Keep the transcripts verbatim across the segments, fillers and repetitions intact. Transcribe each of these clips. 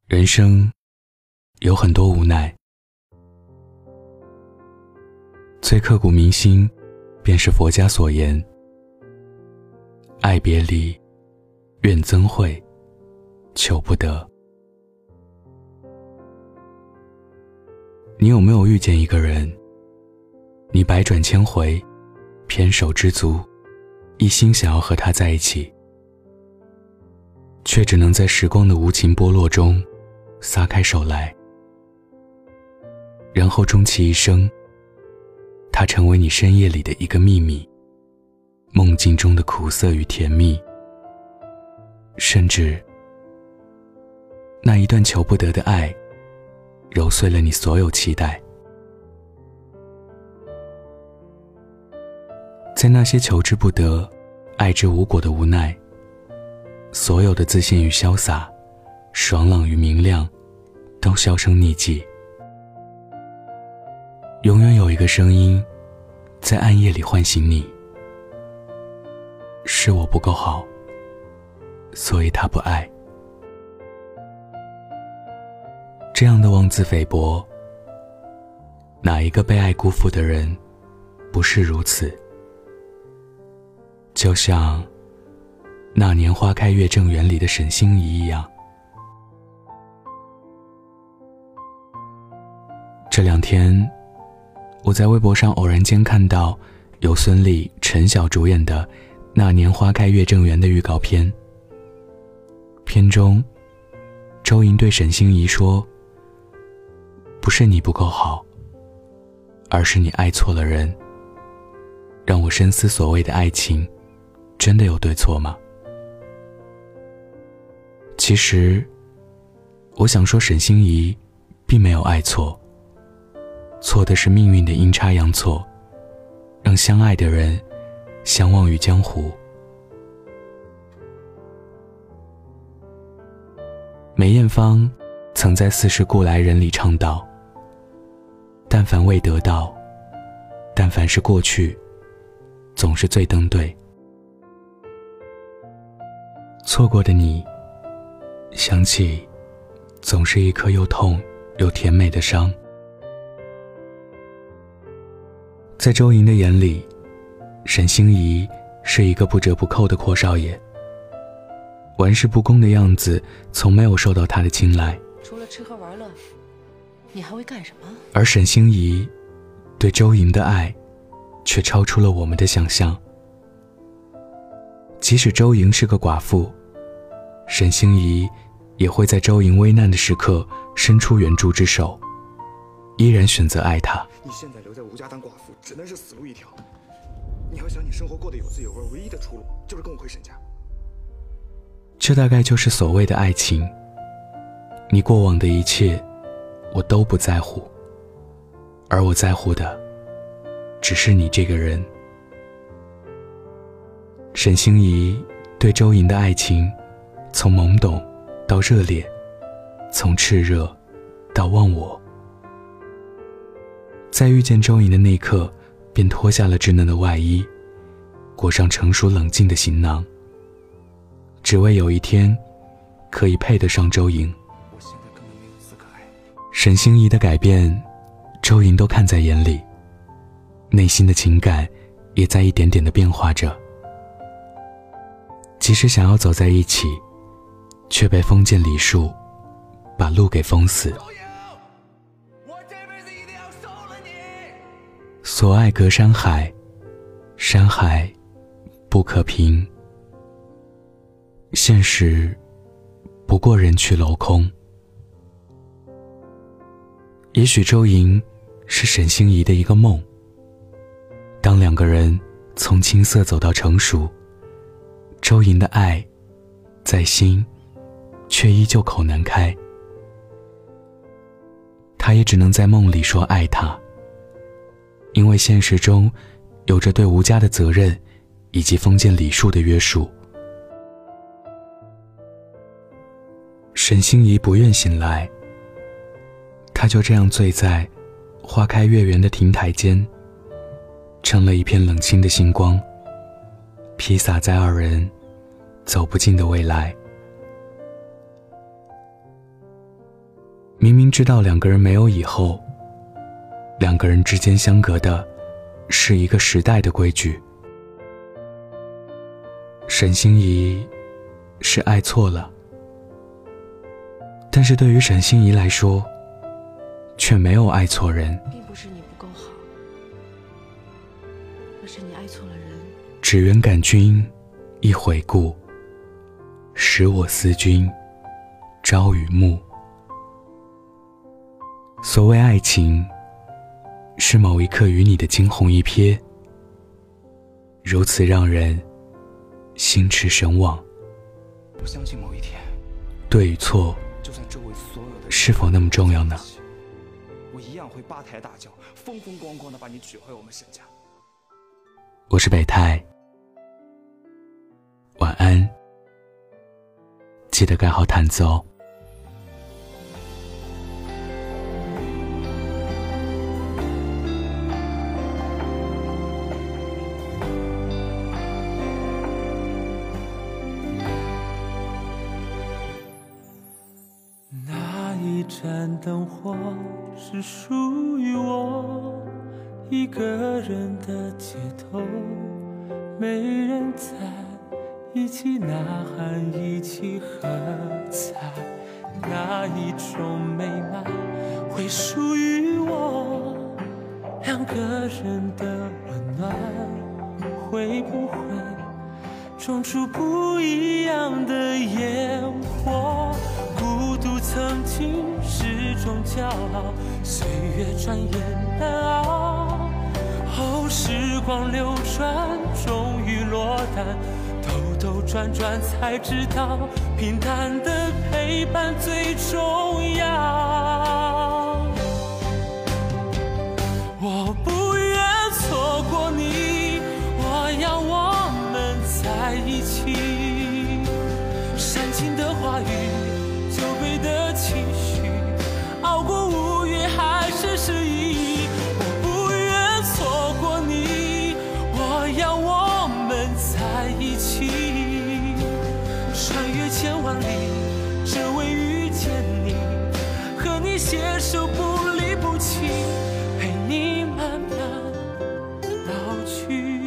人生有很多无奈，最刻骨铭心便是佛家所言，爱别离，怨憎会，求不得。你有没有遇见一个人，你百转千回，偏手知足，一心想要和他在一起，却只能在时光的无情剥落中撒开手来，然后终其一生，它成为你深夜里的一个秘密，梦境中的苦涩与甜蜜，甚至那一段求不得的爱揉碎了你所有期待。在那些求之不得爱之无果的无奈，所有的自信与潇洒，爽朗与明亮，都销声匿迹。永远有一个声音在暗夜里唤醒你，是我不够好，所以他不爱。这样的妄自菲薄，哪一个被爱辜负的人不是如此？就像那年花开月正圆里的沈星移一样。这两天我在微博上偶然间看到由孙俪、陈晓主演的《那年花开月正圆》的预告片，片中周莹对沈星移说，不是你不够好，而是你爱错了人。让我深思，所谓的爱情真的有对错吗？其实我想说，沈星移并没有爱错，错的是命运的阴差阳错，让相爱的人相忘于江湖。梅艳芳曾在《似是故来人》里唱道，但凡未得到，但凡是过去，总是最登对。错过的你，想起总是一颗又痛又甜美的伤。在周莹的眼里，沈星移是一个不折不扣的阔少爷，玩世不恭的样子从没有受到他的青睐。 除了吃喝玩乐，你还会干什么？ 而沈星移对周莹的爱却超出了我们的想象。即使周莹是个寡妇，沈星移也会在周莹危难的时刻伸出援助之手，依然选择爱她。 你现在留在吴家当寡妇，只能是死路一条。你要想你生活过得有滋有味，唯一的出路就是跟我回沈家。 这大概就是所谓的爱情。你过往的一切，我都不在乎，而我在乎的，只是你这个人。沈星移对周莹的爱情，从懵懂到热烈，从炽热到忘我。在遇见周莹的那一刻，便脱下了稚嫩的外衣，裹上成熟冷静的行囊，只为有一天可以配得上周莹。 我现在根本没有资格爱。 沈星移的改变，周莹都看在眼里，内心的情感也在一点点地变化着。即使想要走在一起，却被封建礼数把路给封死。所爱隔山海，山海不可平。现实不过人去楼空。也许周莹是沈星移的一个梦，当两个人从青涩走到成熟，周莹的爱在心，却依旧口难开。他也只能在梦里说爱他，因为现实中有着对吴家的责任，以及封建礼数的约束。沈星移不愿醒来，他就这样醉在花开月圆的亭台间，成了一片冷清的星光，披洒在二人走不进的未来。 明明知道两个人没有以后，两个人之间相隔的是一个时代的规矩。沈心怡是爱错了，但是对于沈心怡来说，却没有爱错人。 并不是你不够好，而是你爱错了人。 只缘感君一回顾，使我思君朝与暮。所谓爱情，是某一刻与你的惊鸿一瞥，如此让人心驰神往。 我相信某一天， 对与错， 就算周围所有的是否那么重要呢？ 我一样会八抬大轿，风风光光的把你娶回我们沈家。 我是北太，晚安，记得盖好毯子哦。 那一盏灯火是属于我一个人的街头，没人在一起呐喊，一起喝彩。那一种美满会属于我，两个人的温暖会不会种出不一样的烟火？孤独曾经是种骄傲，岁月转眼难熬。后时光流转，终于落单，兜兜转转才知道，平淡的陪伴最重要。我不愿错过你，我要我们在一起。煽情的话语，久违的情绪，熬过五月还是失意。我不愿错过你，我要我们在一起。穿越千万里，只为遇见你，和你携手不离不弃，陪你慢慢老去。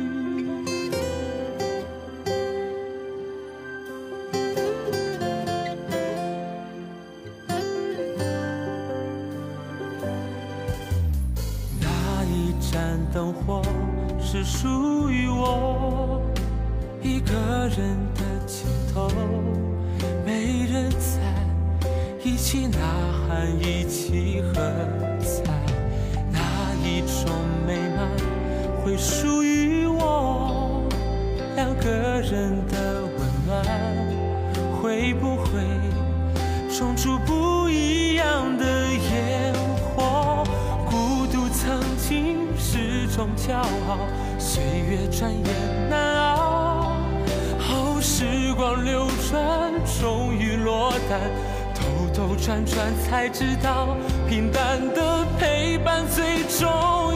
灯火是属于我一个人的街头，没人在一起呐喊，一起喝彩。那一种美满会属于我，两个人的温暖会不会种出不一样的烟火？孤独曾经是种骄傲，岁月转眼难熬。后时光流转，终于落单，兜兜转转才知道，平淡的陪伴最重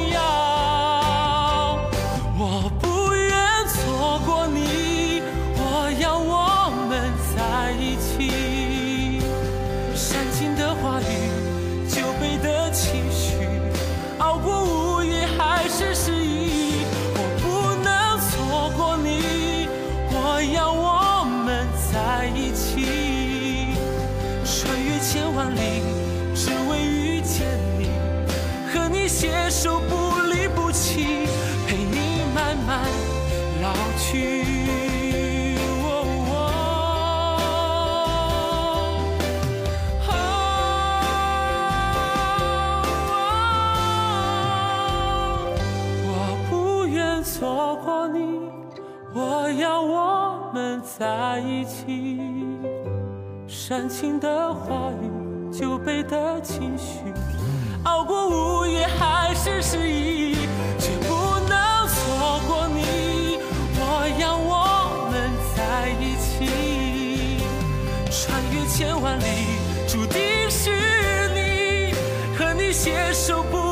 要。我不愿错过你，我要我们在一起。煽情的话语，久违的情绪，熬过五月还是失意。我不能错过你，我要我们在一起。穿越千万里，只为遇见你，和你携手不离不弃，陪你慢慢老去。错过你，我要我们在一起。煽情的话语，酒杯的情绪，熬过五月还是失意，却不能错过你，我要我们在一起。穿越千万里，注定是你，和你携手不